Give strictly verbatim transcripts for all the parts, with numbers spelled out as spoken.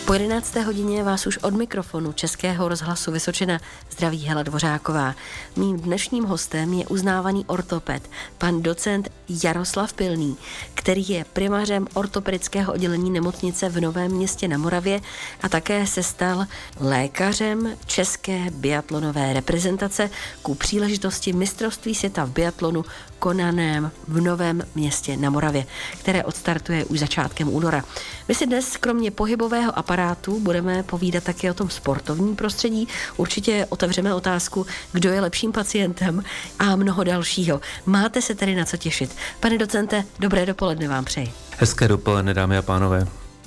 Po jedenácté hodině vás už od mikrofonu Českého rozhlasu Vysočina zdraví Hela Dvořáková. Mým dnešním hostem je uznávaný ortoped, pan docent Jaroslav Pilný, který je primářem ortopedického oddělení nemocnice v Novém Městě na Moravě a také se stal lékařem české biatlonové reprezentace ku příležitosti mistrovství světa v biatlonu konaném v Novém Městě na Moravě, které odstartuje už začátkem února. My si dnes kromě pohybového aparátu budeme povídat také o tom sportovním prostředí. Určitě otevřeme otázku, kdo je lepším pacientem a mnoho dalšího. Máte se tedy na co těšit. Pane docente, dobré dopoledne vám přeji. Hezké dopoledne, dámy a pánové.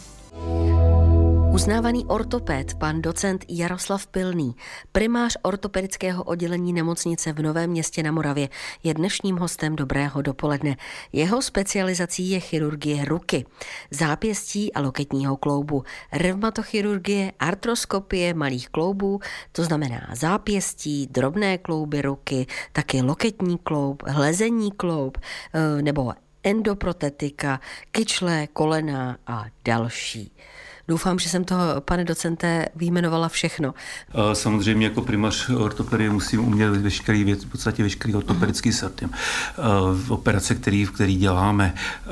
Uznávaný ortoped, pan docent Jaroslav Pilný, primář ortopedického oddělení nemocnice v Novém Městě na Moravě, je dnešním hostem dobrého dopoledne. Jeho specializací je chirurgie ruky, zápěstí a loketního kloubu, revmatochirurgie, artroskopie malých kloubů, to znamená zápěstí, drobné klouby ruky, taky loketní kloub, hlezení kloub nebo endoprotetika, kyčle, kolena a další. Doufám, že jsem toho, pane docente, vyjmenovala všechno. Samozřejmě jako primář ortopedie musím umět veškerý věc, v podstatě veškerý ortopedický sortiment. Operace, který, který děláme,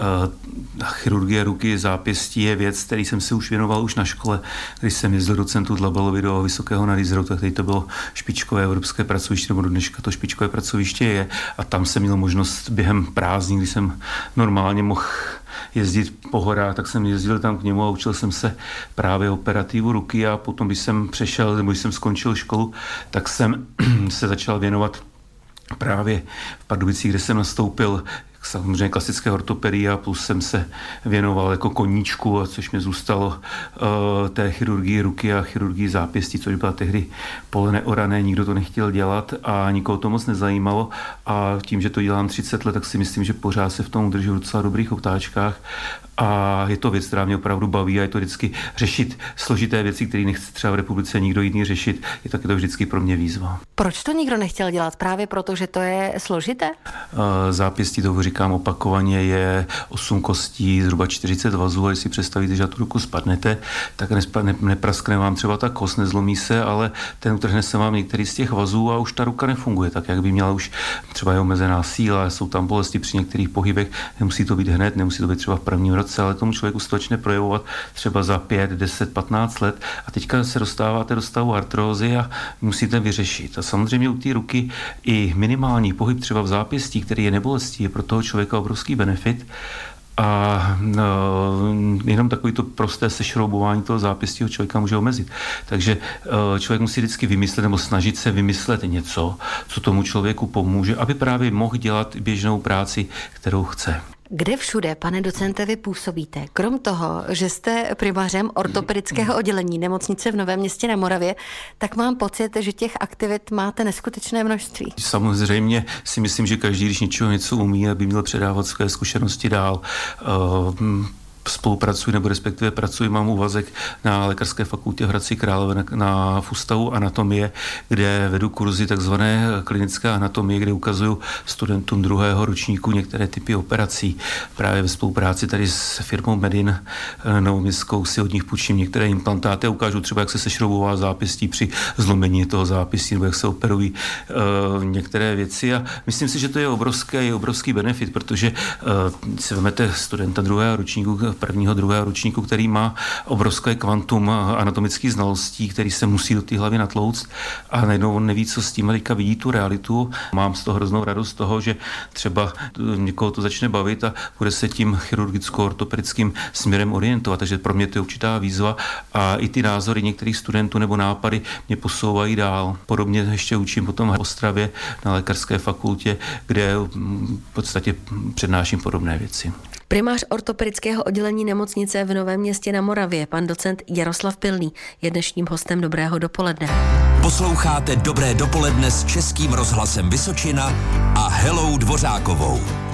chirurgie ruky, zápěstí je věc, který jsem se už věnoval už na škole, když jsem jezdil do Centru Dlabalovy do Vysokého nad Jizerou, tak tady to bylo špičkové evropské pracoviště, nebo do dneška to špičkové pracoviště je, a tam jsem měl možnost během prázdnin, když jsem normálně mohl jezdit po horách, tak jsem jezdil tam k němu a učil jsem se právě operativu ruky, a potom, když jsem přešel, nebo když jsem skončil školu, tak jsem se začal věnovat právě v Pardubicích, kde jsem nastoupil samozřejmě klasické ortopedii, a plus jsem se věnoval jako koníčku, a což mě zůstalo uh, té chirurgii ruky a chirurgii zápěstí, což byla tehdy pole neorané, nikdo to nechtěl dělat a nikoho to moc nezajímalo, a tím, že to dělám třicet let, tak si myslím, že pořád se v tom udržuji v docela dobrých obtáčkách, a je to věc, která mě opravdu baví, a je to vždycky řešit složité věci, které nechce třeba v republice nikdo jiný řešit, je taky to vždycky pro mě výzva. Proč to nikdo nechtěl dělat? Právě proto, že to je složité? Uh, zápěstí, to říkám opakovaně, je osm kostí, zhruba čtyřicet vazů, a když si představíte, že na tu ruku spadnete, tak nespa, ne, nepraskne vám třeba ta kost, nezlomí se, ale ten utrhne se vám některý z těch vazů a už ta ruka nefunguje tak, jak by měla. Už třeba je omezená síla, jsou tam bolesti při některých pohybech, nemusí to být hned, nemusí to být třeba v prvním roce, ale tomu člověku se to začne projevovat třeba za pět, deset, patnáct let, a teďka se dostáváte do stavu artrózy a musíte vyřešit. A samozřejmě u té ruky i minimální pohyb třeba v zápěstí, který je nebolestí, je pro toho člověka obrovský benefit. A no, jenom takový to prosté sešroubování toho zápěstí člověka může omezit. Takže člověk musí vždycky vymyslet nebo snažit se vymyslet něco, co tomu člověku pomůže, aby právě mohl dělat běžnou práci, kterou chce. Kde všude, pane docente, vy působíte? Krom toho, že jste primářem ortopedického oddělení nemocnice v Novém Městě na Moravě, tak mám pocit, že těch aktivit máte neskutečné množství. Samozřejmě si myslím, že každý, když něčeho něco umí, aby měl předávat své zkušenosti dál. Uh, spolupracuji, nebo respektive pracuji, mám úvazek na lékařské fakultě v Hradci Králové na, na v ústavu anatomie, kde vedu kurzy takzvané klinické anatomie, kde ukazuju studentům druhého ročníku některé typy operací. Právě ve spolupráci tady s firmou Medin novoměstskou si od nich půjčím některé implantáty a ukážu třeba, jak se sešroubová zápěstí při zlomení toho zápěstí, nebo jak se operují uh, některé věci, a myslím si, že to je obrovský, obrovský benefit, protože uh, si vezmete studenta druhého ročníku, prvního, druhého ročníku, který má obrovské kvantum anatomických znalostí, který se musí do té hlavy natlouct, a najednou on neví, co s tím, teďka vidí tu realitu. Mám z toho hroznou radost z toho, že třeba někoho to začne bavit a bude se tím chirurgicko-ortopedickým směrem orientovat. Takže pro mě to je určitá výzva, a i ty názory některých studentů nebo nápady mě posouvají dál. Podobně ještě učím potom v Ostravě na lékařské fakultě, kde v podstatě přednáším podobné věci. Primář ortopedického oddělení nemocnice v Novém Městě na Moravě, pan docent Jaroslav Pilný, je dnešním hostem dobrého dopoledne. Posloucháte Dobré dopoledne s Českým rozhlasem Vysočina a Helou Dvořákovou.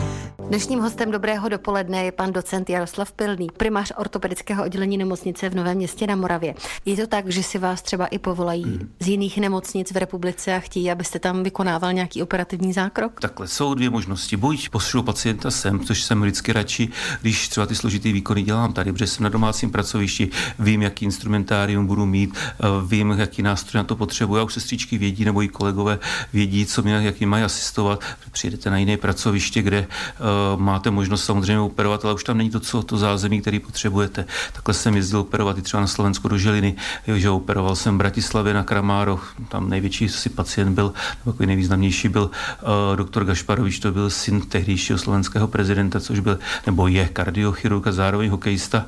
Dnešním hostem Dobrého dopoledne je pan docent Jaroslav Pilný, primář ortopedického oddělení nemocnice v Novém Městě na Moravě. Je to tak, že si vás třeba i povolají hmm. z jiných nemocnic v republice a chtějí, abyste tam vykonával nějaký operativní zákrok? Takhle jsou dvě možnosti. Buď pošlu pacienta sem, což jsem vždycky radši, když třeba ty složitý výkony dělám tady, protože jsem na domácím pracovišti, vím, jaký instrumentárium budu mít, vím, jaký nástroj na to potřebuji. A už sestřičky vědí, nebo i kolegové vědí, co mě, jak jim mají asistovat. Přijedete na jiné pracoviště, kde uh, máte možnost samozřejmě operovat, ale už tam není to, co to zázemí, který potřebujete. Takhle jsem jezdil operovat i třeba na Slovensku do Žiliny, že operoval jsem v Bratislavě na Kramároch, tam největší si pacient byl, nebo takový nejvýznamnější byl uh, doktor Gašparovič, to byl syn tehdejšího slovenského prezidenta, což byl, nebo je kardiochirurg a zároveň hokejista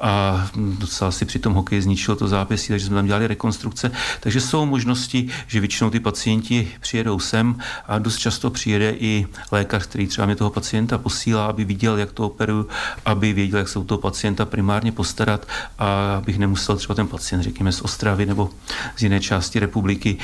a docela si při tom hokeji zničil to zápěstí, takže jsme tam dělali rekonstrukce. Takže jsou možnosti, že většinou ty pacienti přijedou sem a dost často přijede i lékař, který třeba mě toho pacienta posílá, aby viděl, jak to operuju, aby věděl, jak se o toho pacienta primárně postarat a abych nemusel třeba ten pacient, řekněme, z Ostravy nebo z jiné části republiky,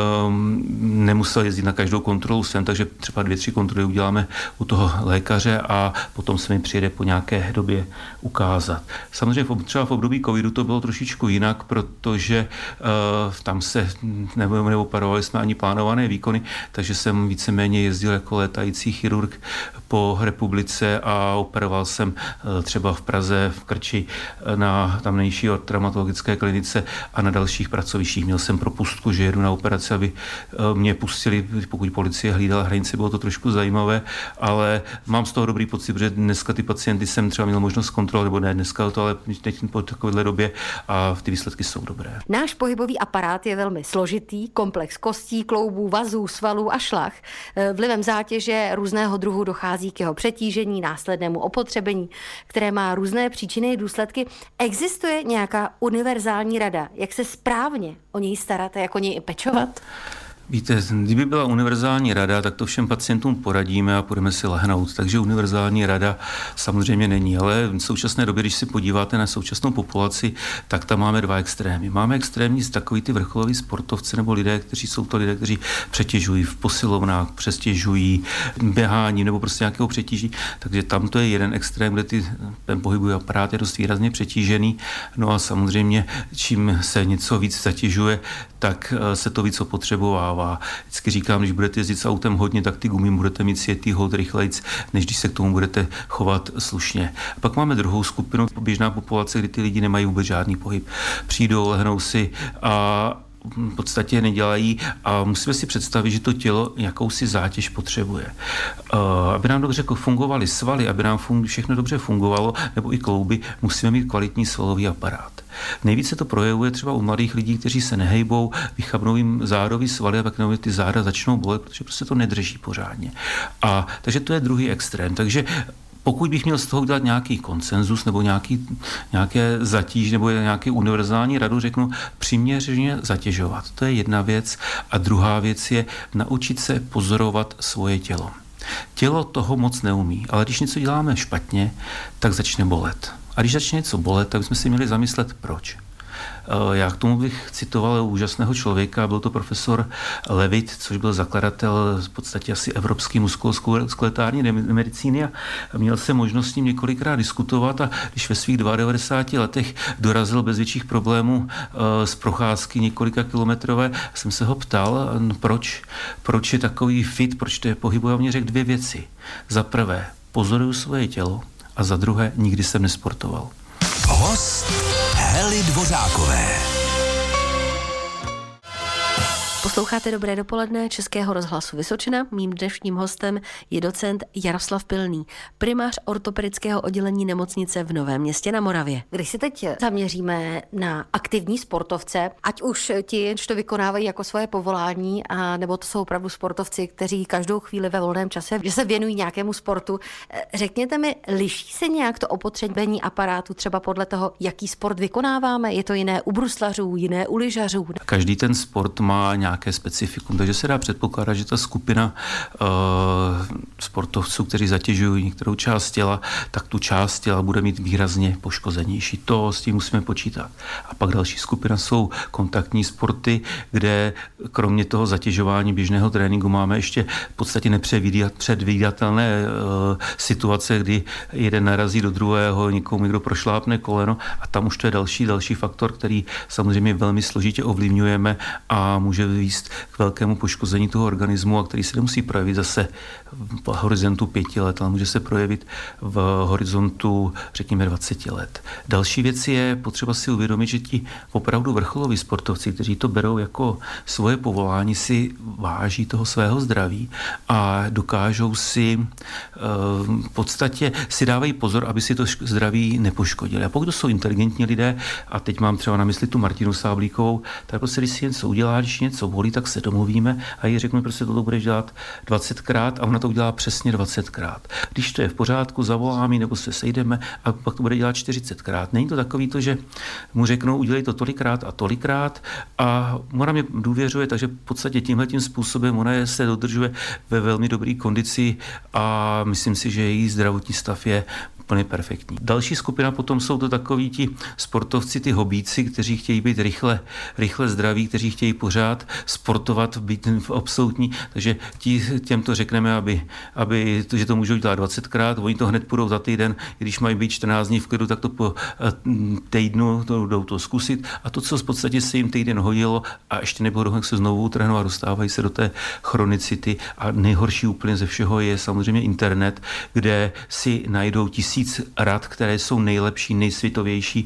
um, nemusel jezdit na každou kontrolu sem, takže třeba dvě, tři kontroly uděláme u toho lékaře a potom se mi přijede po nějaké době ukázat. Samozřejmě třeba v období covidu to bylo trošičku jinak, protože uh, tam se nebo neoperovali jsme ani plánované výkony, takže jsem víceméně jezdil jako létající chirurg po republice a operoval jsem uh, třeba v Praze, v Krči, na tamnější traumatologické klinice a na dalších pracovištích. Měl jsem propustku, že jedu na operaci, aby uh, mě pustili, pokud policie hlídala hranice, bylo to trošku zajímavé, ale mám z toho dobrý pocit, protože dneska ty pacienty jsem třeba měl možnost kontrolovat, nebo ne dneska to, ale teď po takovéhle době a ty výsledky jsou dobré. Náš pohybový aparát je velmi složitý, komplex kostí, kloubů, vazů, svalů a šlach. Vlivem zátěže různého druhu dochází k jeho přetížení, následnému opotřebení, které má různé příčiny i důsledky. Existuje nějaká univerzální rada, jak se správně o něj starat a jak o něj pečovat? Víte, kdyby byla univerzální rada, tak to všem pacientům poradíme a půjdeme si lehnout. Takže univerzální rada samozřejmě není. Ale v současné době, když si podíváte na současnou populaci, tak tam máme dva extrémy. Máme extrémní takový ty vrcholoví sportovci nebo lidé, kteří jsou to lidé, kteří přetěžují v posilovnách, přestěžují běhání nebo prostě nějakého přetíží. Takže tam to je jeden extrém, kde ty, ten pohybový aparát je dost výrazně přetížený. No a samozřejmě, čím se něco víc zatěžuje, tak se to víc opotřebovává. Vždycky říkám, když budete jezdit s autem hodně, tak ty gumy budete mít sjetý hold rychlejc, než když se k tomu budete chovat slušně. A pak máme druhou skupinu, běžná populace, kdy ty lidi nemají vůbec žádný pohyb. Přijdou, lehnou si a v podstatě nedělají a musíme si představit, že to tělo jakousi zátěž potřebuje. Aby nám dobře fungovaly svaly, aby nám všechno dobře fungovalo, nebo i klouby, musíme mít kvalitní svalový aparát. Nejvíce to projevuje třeba u mladých lidí, kteří se nehejbou, vychabnou jim zádový svaly a pak ty záda začnou bolet, protože prostě to nedrží pořádně. A takže to je druhý extrém. Takže pokud bych měl z toho udělat nějaký konsenzus nebo nějaký, nějaké zatíž nebo nějaký univerzální radu, řeknu přiměřeně zatěžovat. To je jedna věc. A druhá věc je naučit se pozorovat svoje tělo. Tělo toho moc neumí, ale když něco děláme špatně, tak začne bolet. A když začne něco bolet, tak bychom si měli zamyslet, proč. Já k tomu bych citoval úžasného člověka, byl to profesor Levitt, což byl zakladatel v podstatě asi evropský muskuloskeletární medicíny a měl se možnost s ním několikrát diskutovat a když ve svých devadesát dva letech dorazil bez větších problémů z procházky několika kilometrové, jsem se ho ptal, proč, proč je takový fit, proč to je pohybuje, a mě řekl dvě věci. Za prvé, pozoruju svoje tělo a za druhé, nikdy jsem nesportoval. Host Hely Dvořákové. Posloucháte Dobré dopoledne Českého rozhlasu Vysočina. Mým dnešním hostem je docent Jaroslav Pilný, primář ortopedického oddělení nemocnice v Novém Městě na Moravě. Když se teď zaměříme na aktivní sportovce, ať už ti, jenž to vykonávají jako svoje povolání, a nebo to jsou opravdu sportovci, kteří každou chvíli ve volném čase, že se věnují nějakému sportu. Řekněte mi, liší se nějak to opotřebení aparátu třeba podle toho, jaký sport vykonáváme? Je to jiné u bruslařů, jiné u lyžařů? Každý ten sport má nějaký nějaké specifikum. Takže se dá předpokládat, že ta skupina uh, sportovců, kteří zatěžují některou část těla, tak tu část těla bude mít výrazně poškozenější. To s tím musíme počítat. A pak další skupina jsou kontaktní sporty, kde kromě toho zatěžování běžného tréninku máme ještě v podstatě nepředvídatelné uh, situace, kdy jeden narazí do druhého, někomu někdo prošlápne koleno a tam už to je další, další faktor, který samozřejmě velmi složitě ovlivňujeme a může vést k velkému poškození toho organismu a který se nemusí projevit zase v horizontu pěti let, ale může se projevit v horizontu, řekněme, dvaceti let. Další věc je potřeba si uvědomit, že ti opravdu vrcholoví sportovci, kteří to berou jako svoje povolání, si váží toho svého zdraví a dokážou si v podstatě si dávají pozor, aby si to zdraví nepoškodili. A pokud to jsou inteligentní lidé, a teď mám třeba na mysli tu Martinu Sáblíkovou, tak prostě, když si něco udělá, když něco bolí, tak se domluvíme a jí řeknu, prostě toto budeš dělat dvacetkrát a ona to udělá přesně dvacetkrát. Když to je v pořádku, zavoláme nebo se sejdeme a pak to bude dělat čtyřicetkrát. Není to takový to, že mu řeknou, udělej to tolikrát a tolikrát a ona mě důvěřuje, takže v podstatě tímhletím způsobem ona se dodržuje ve velmi dobré kondici a myslím si, že její zdravotní stav je úplně perfektní. Další skupina potom jsou to takoví ti sportovci, ty hobíci, kteří chtějí být rychle, rychle zdraví, kteří chtějí pořád sportovat, být absolutní, takže tí, těm to řekneme, aby, aby to, že to můžou dělat dvacetkrát, oni to hned půjdou za týden, když mají být čtrnáct dní v klidu, tak to po týdnu to jdou to zkusit a to, co v podstatě se jim týden hodilo a ještě nebudou se znovu utrhnout a dostávají se do té chronicity a nejhorší úplně ze všeho je samozřejmě internet, kde si najdou tisíc rad, které jsou nejlepší, nejsvětovější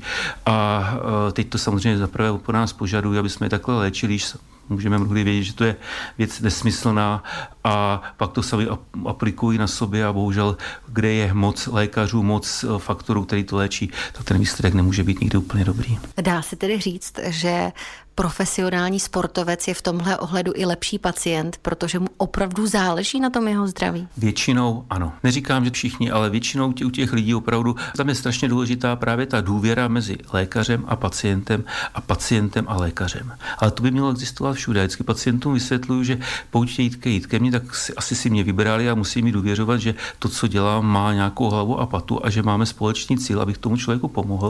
a teď to samozřejmě zaprvé po nás požadují, aby jsme je takhle léčili, můžeme mnohdy vědět, že to je věc nesmyslná a pak to sami aplikují na sobě a bohužel, kde je moc lékařů, moc faktorů, který to léčí, tak ten výsledek nemůže být nikdy úplně dobrý. Dá se tedy říct, že profesionální sportovec je v tomhle ohledu i lepší pacient, protože mu opravdu záleží na tom jeho zdraví? Většinou ano. Neříkám, že všichni, ale většinou u těch lidí opravdu tam je strašně důležitá právě ta důvěra mezi lékařem a pacientem a pacientem a lékařem. Ale to by mělo existovat všude. Vždycky pacientům vysvětluju, že pokud chtějí jít ke mně, tak si, asi si mě vybrali a musí mi důvěřovat, že to, co dělám, má nějakou hlavu a patu a že máme společný cíl, abych tomu člověku pomohl.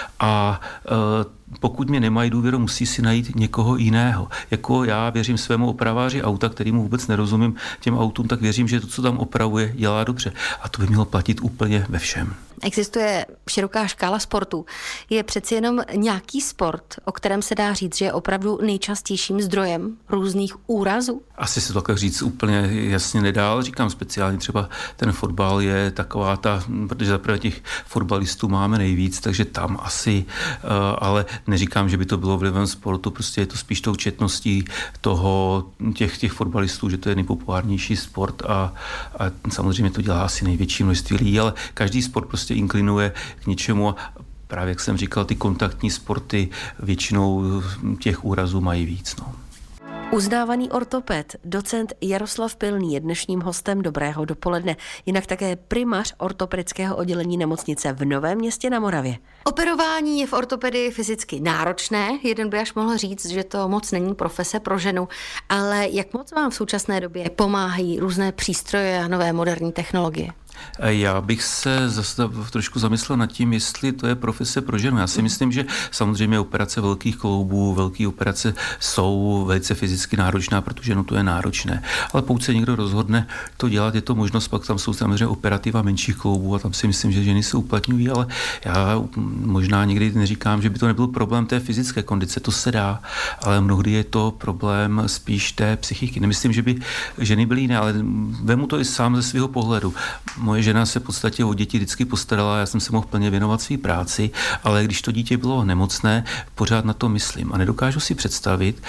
A e, pokud mě nemají důvěru, musí si najít někoho jiného. Jako já věřím svému opraváři auta, kterýmu vůbec nerozumím těm autům, tak věřím, že to, co tam opravuje, dělá dobře. A to by mělo platit úplně ve všem. Existuje široká škála sportů. Je přeci jenom nějaký sport, o kterém se dá říct, že je opravdu nejčastějším zdrojem různých úrazů? Asi se to takhle říct úplně jasně nedá, ale říkám speciálně třeba ten fotbal je taková ta, protože zaprvé těch fotbalistů máme nejvíc, takže tam asi, ale neříkám, že by to bylo vlivem sportu, prostě je to spíš tou četností toho, těch, těch fotbalistů, že to je nejpopulárnější sport a, a samozřejmě to dělá asi největší množství lidí, ale každý sport prostě inklinuje k něčemu a právě, jak jsem říkal, ty kontaktní sporty většinou těch úrazů mají víc. No. Uznávaný ortoped, docent Jaroslav Pilný je dnešním hostem Dobrého dopoledne, jinak také primář ortopedického oddělení nemocnice v Novém Městě na Moravě. Operování je v ortopedii fyzicky náročné, jeden by až mohl říct, že to moc není profese pro ženu, ale jak moc vám v současné době pomáhají různé přístroje a nové moderní technologie? Já bych se zase trošku zamyslel nad tím, jestli to je profese pro ženu. Já si myslím, že samozřejmě operace velkých kloubů, velké operace jsou velice fyzicky náročná, protože no to je náročné. Ale pokud se někdo rozhodne to dělat, je to možnost, pak tam jsou samozřejmě operativa menších kloubů a tam si myslím, že ženy se uplatňují, ale já možná někdy neříkám, že by to nebyl problém té fyzické kondice, to se dá, ale mnohdy je to problém spíš té psychiky. Nemyslím, že by ženy byly jiné, ale vemu to i sám ze svého pohledu. Moje žena se v podstatě o děti vždycky postarala, já jsem se mohl plně věnovat své práci, ale když to dítě bylo nemocné, pořád na to myslím. A nedokážu si představit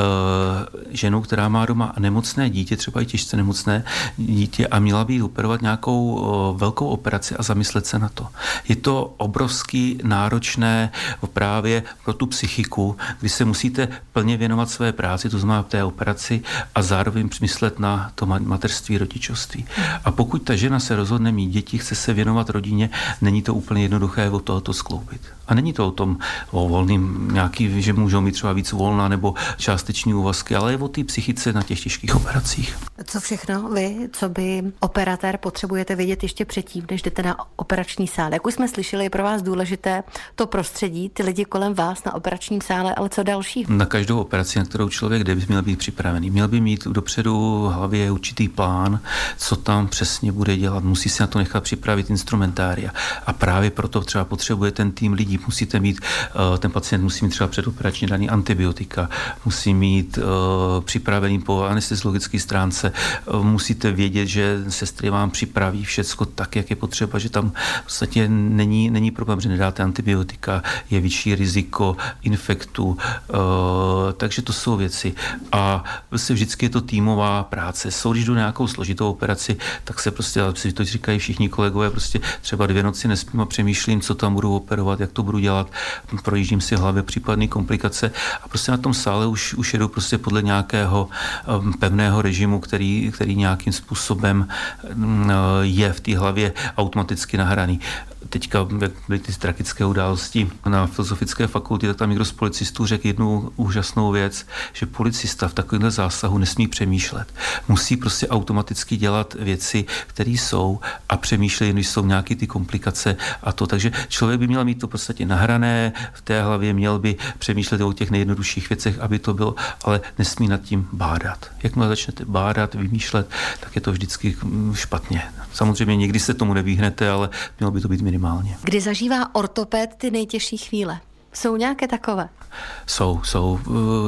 uh, ženu, která má doma nemocné dítě, třeba i těžce nemocné dítě a měla by operovat nějakou uh, velkou operaci a zamyslet se na to. Je to obrovský náročné právě pro tu psychiku, kdy se musíte plně věnovat své práci, to znamená té operaci a zároveň myslet na to mateřství, rodičovství. A pokud ta žena se rozhodne mít děti, chce se věnovat rodině, není to úplně jednoduché od tohoto skloubit. A není to o tom, o volným nějaký, že můžou mít třeba víc volna nebo částeční úvazky, ale je o té psychice na těch těžkých operacích. Co všechno vy, co by operatér, potřebujete vědět ještě předtím, než jdete na operační sál? Jak už jsme slyšeli, je pro vás důležité to prostředí, ty lidi kolem vás na operačním sále, ale co další? Na každou operaci, na kterou člověk jde, by měl být připravený. Měl by mít dopředu v hlavě určitý plán, co tam přesně bude dělat. Musí se na to nechat připravit instrumentária. A právě proto třeba potřebuje ten tým lidí. Musíte mít, ten pacient musí mít třeba předoperačně daný antibiotika, musí mít uh, připravený po anesteziologické stránce, uh, musíte vědět, že sestry vám připraví všecko tak, jak je potřeba, že tam v podstatě není, není problém, že nedáte antibiotika, je vyšší riziko infektu, uh, takže to jsou věci. A prostě vždycky je to týmová práce. Jsou, když jdu nějakou složitou operaci, tak se prostě, ale si to říkají všichni kolegové, prostě třeba dvě noci nespím a přemýšlím, co tam budu operovat, jak to budu dělat, projíždím si v hlavě případné komplikace a prostě na tom sále už, už jedu prostě podle nějakého um, pevného režimu, který, který nějakým způsobem um, je v té hlavě automaticky nahraný. Teďka, jak byly ty tragické události na Filozofické fakultě, tak tam někdo z policistů řekl jednu úžasnou věc, že policista v takovémhle zásahu nesmí přemýšlet. Musí prostě automaticky dělat věci, které jsou a přemýšlet, když jsou nějaké ty komplikace a to. Takže člověk by měl mít to v podstatě nahrané v té hlavě, měl by přemýšlet o těch nejjednodušších věcech, aby to bylo, ale nesmí nad tím bádat. Jakmile začnete bádat, vymýšlet, tak je to vždycky špatně. Samozřejmě někdy se tomu nevyhnete, ale mělo by to být minimálně. Kdy zažívá ortoped ty nejtěžší chvíle? Jsou nějaké takové? Jsou, jsou.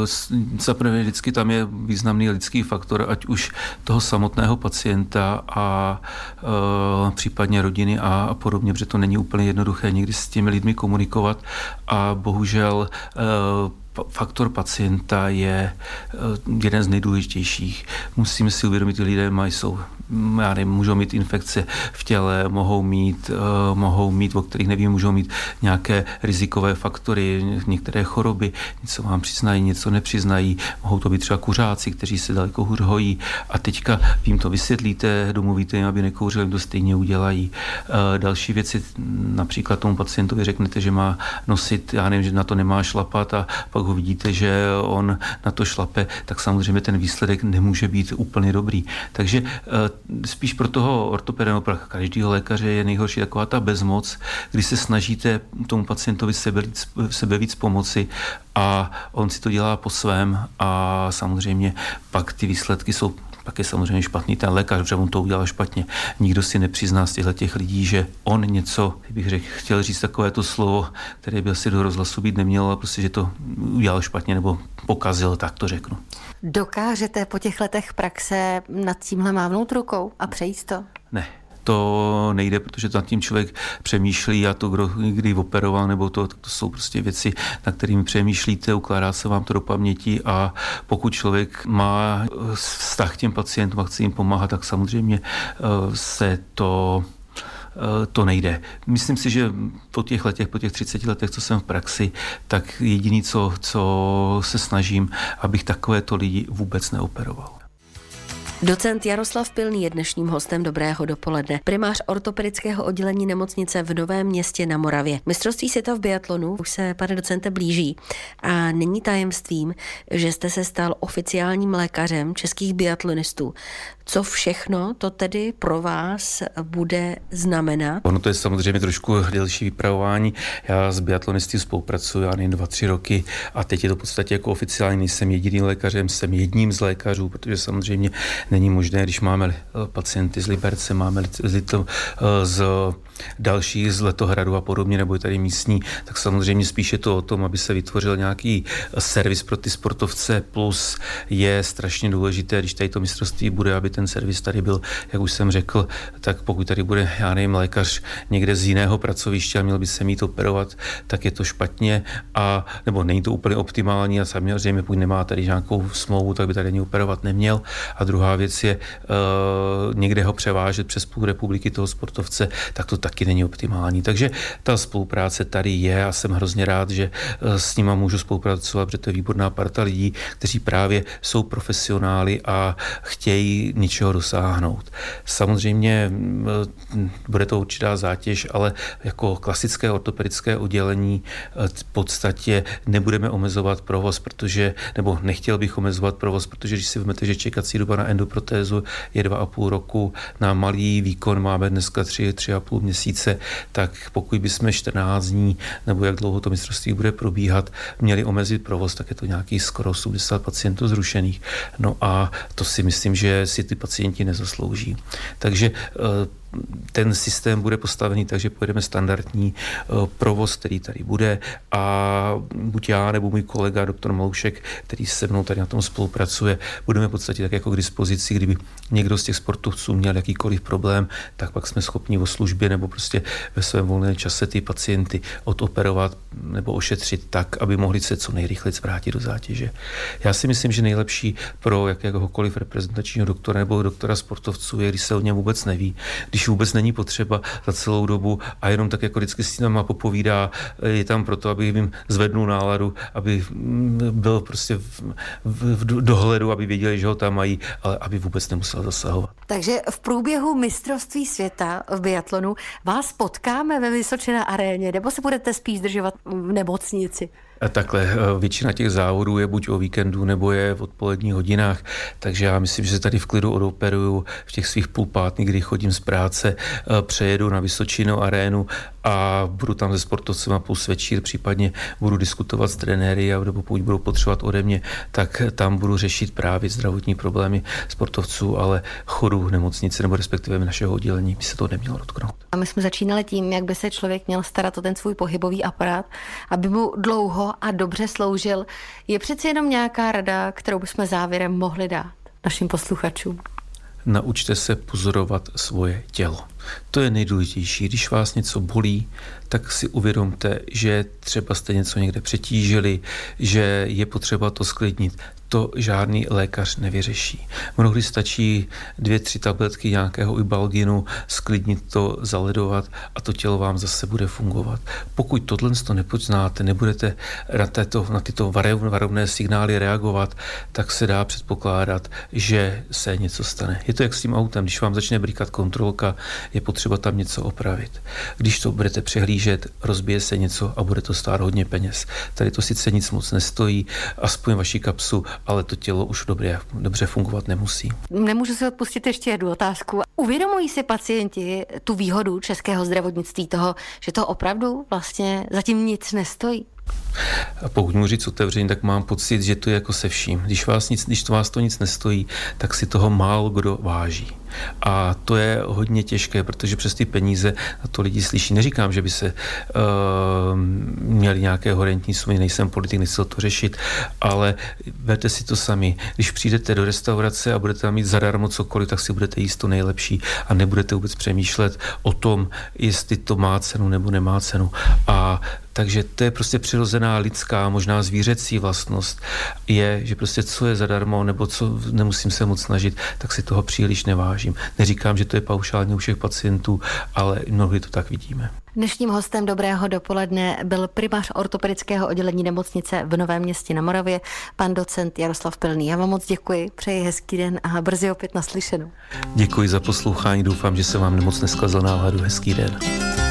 Zaprvé vždycky tam je významný lidský faktor, ať už toho samotného pacienta a e, případně rodiny a, a podobně, protože to není úplně jednoduché někdy s těmi lidmi komunikovat a bohužel e, faktor pacienta je jeden z nejdůležitějších. Musíme si uvědomit, že lidé mají, jsou, já nevím, můžou mít infekce v těle, mohou mít, uh, mohou mít, o kterých nevím, můžou mít nějaké rizikové faktory, některé choroby, něco vám přiznají, něco nepřiznají, mohou to být třeba kuřáci, kteří se daleko hůř hojí a teďka jim to vysvětlíte, domluvíte jim, aby nekouřili, jim to stejně udělají. Uh, další věci, například tomu pacientovi řeknete, že má nosit, já nevím, že na to nemá šlapat a pak ho vidíte, že on na to šlape, tak samozřejmě ten výsledek nemůže být úplně dobrý. Takže spíš pro toho ortopeda nebo pro každého lékaře je nejhorší taková ta bezmoc, kdy se snažíte tomu pacientovi sebe, sebe víc pomoci a on si to dělá po svém a samozřejmě pak ty výsledky jsou pak je samozřejmě špatný ten lékař, protože on to udělal špatně. Nikdo si nepřizná z těchto těch lidí, že on něco, bych řekl, chtěl říct takové to slovo, které by asi do rozhlasu být nemělo, a prostě, že to udělal špatně nebo pokazil, tak to řeknu. Dokážete po těch letech praxe nad tímhle mávnout rukou a přejít to? Ne. To nejde, protože nad tím člověk přemýšlí a to, kdo někdy operoval, nebo to, to jsou prostě věci, na kterými přemýšlíte, ukládá se vám to do paměti a pokud člověk má vztah k těm pacientům a chce jim pomáhat, tak samozřejmě se to to nejde. Myslím si, že po těch letech, po těch třiceti letech, co jsem v praxi, tak jediný, co, co se snažím, abych takovéto lidi vůbec neoperoval. Docent Jaroslav Pilný je dnešním hostem Dobrého dopoledne. Primář ortopedického oddělení nemocnice v Novém Městě na Moravě. Mistrovství světa v biatlonu už se, pane docente, blíží a není tajemstvím, že jste se stal oficiálním lékařem českých biatlonistů. Co všechno to tedy pro vás bude znamenat? Ono to je samozřejmě trošku delší vypravování. Já s biatlonisty spolupracuji, já nevím, dva, tři roky a teď je to v podstatě jako oficiální, nejsem jediným lékařem, jsem jedním z lékařů, protože samozřejmě není možné, když máme pacienty z Liberce, máme z dalších z Letohradu a podobně, nebo je tady místní, tak samozřejmě spíše to o tom, aby se vytvořil nějaký servis pro ty sportovce, plus je strašně důležité, když tady to mistrovství bude, aby ten servis tady byl, jak už jsem řekl, tak pokud tady bude, já nevím, lékař někde z jiného pracoviště a měl by se mít operovat, tak je to špatně a nebo není to úplně optimální a samozřejmě pokud nemá tady nějakou smlouvu, tak by tady ani operovat neměl. A druhá věc je uh, někde ho převážet přes půl republiky toho sportovce, tak to taky není optimální. Takže ta spolupráce tady je a jsem hrozně rád, že uh, s nima můžu spolupracovat, protože to je výborná parta lidí, kteří právě jsou profesionály a chtějí něčeho dosáhnout. Samozřejmě bude to určitá zátěž, ale jako klasické ortopedické oddělení v podstatě nebudeme omezovat provoz, protože, nebo nechtěl bych omezovat provoz, protože když si vezmete, že čekací doba na endoprotézu je dva a půl roku, na malý výkon máme dneska tři, tři a půl měsíce, tak pokud bychom čtrnáct dní, nebo jak dlouho to mistrovství bude probíhat, měli omezit provoz, tak je to nějakých skoro osmdesát pacientů zrušených. No a to si myslím, že si ty pacienti nezaslouží. Takže ten systém bude postavený tak, že pojedeme standardní provoz, který tady bude, a buď já nebo můj kolega doktor Maloušek, který se mnou tady na tom spolupracuje, budeme v podstatě tak jako k dispozici, kdyby někdo z těch sportovců měl jakýkoliv problém, tak pak jsme schopni o službě nebo prostě ve svém volném čase ty pacienty odoperovat nebo ošetřit tak, aby mohli se co nejrychleji vrátit do zátěže. Já si myslím, že nejlepší pro jakéhokoliv reprezentačního doktora nebo doktora sportovců je, když se o něm vůbec neví, když vůbec není potřeba za celou dobu a jenom tak jako vždycky si tam popovídá, je tam proto, aby jim zvednul náladu, aby byl prostě v, v, v dohledu, aby věděli, že ho tam mají, ale aby vůbec nemusel zasahovat. Takže v průběhu mistrovství světa v biatlonu vás potkáme ve Vysočina aréně, nebo se budete spíš zdržovat v nemocnici? Takhle, většina těch závodů je buď o víkendu, nebo je v odpoledních hodinách, takže já myslím, že se tady v klidu odoperuju v těch svých půl pátných, kdy chodím z práce, přejedu na Vysočinu arénu a budu tam se sportovcema plus večír, případně budu diskutovat s trenéry, a pokud budou potřebovat ode mě, tak tam budu řešit právě zdravotní problémy sportovců, ale chodu nemocnice nebo respektive našeho oddělení by se to nemělo dotknout. A my jsme začínali tím, jak by se člověk měl starat o ten svůj pohybový aparát, aby mu dlouho a dobře sloužil. Je přeci jenom nějaká rada, kterou bychom závěrem mohli dát našim posluchačům? Naučte se pozorovat svoje tělo. To je nejdůležitější. Když vás něco bolí, tak si uvědomte, že třeba jste něco někde přetížili, že je potřeba to sklidnit. To žádný lékař nevyřeší. Mnohdy stačí dvě, tři tabletky nějakého ibalginu, sklidnit to, zaledovat a to tělo vám zase bude fungovat. Pokud tohle to nepoznáte, nebudete na, této, na tyto varovné signály reagovat, tak se dá předpokládat, že se něco stane. Je to jak s tím autem, když vám začne blikat kontrolka, je potřeba tam něco opravit. Když to budete přehlížet, rozbije se něco a bude to stát hodně peněz. Tady to sice nic moc nestojí, aspoň vaši kapsu, ale to tělo už dobře, dobře fungovat nemusí. Nemůžu si odpustit ještě jednu otázku. Uvědomují si pacienti tu výhodu českého zdravotnictví toho, že to opravdu vlastně zatím nic nestojí? A pokud můžu říct otevřeně, tak mám pocit, že to je jako se vším. Když vás, nic, když to vás to nic nestojí, tak si toho málo kdo váží. A to je hodně těžké, protože přes ty peníze na to lidi slyší. Neříkám, že by se uh, měli nějaké horentní sumy, nejsem politik, nechci to řešit, ale berte si to sami. Když přijdete do restaurace a budete tam mít zadarmo cokoliv, tak si budete jíst to nejlepší a nebudete vůbec přemýšlet o tom, jestli to má cenu nebo nemá cenu. A takže to je prostě přirozená lidská, možná zvířecí vlastnost, je, že prostě co je zadarmo, nebo co nemusím se moc snažit, tak si toho příliš nevážím. Neříkám, že to je paušálně u všech pacientů, ale mnohdy to tak vidíme. Dnešním hostem Dobrého dopoledne byl primář ortopedického oddělení nemocnice v Novém Městě na Moravě, pan docent Jaroslav Pilný. Já vám moc děkuji, přeji hezký den a brzy opět naslyšenou. Děkuji za poslouchání, doufám, že se vám nemoc neskazil náladu. Hezký den.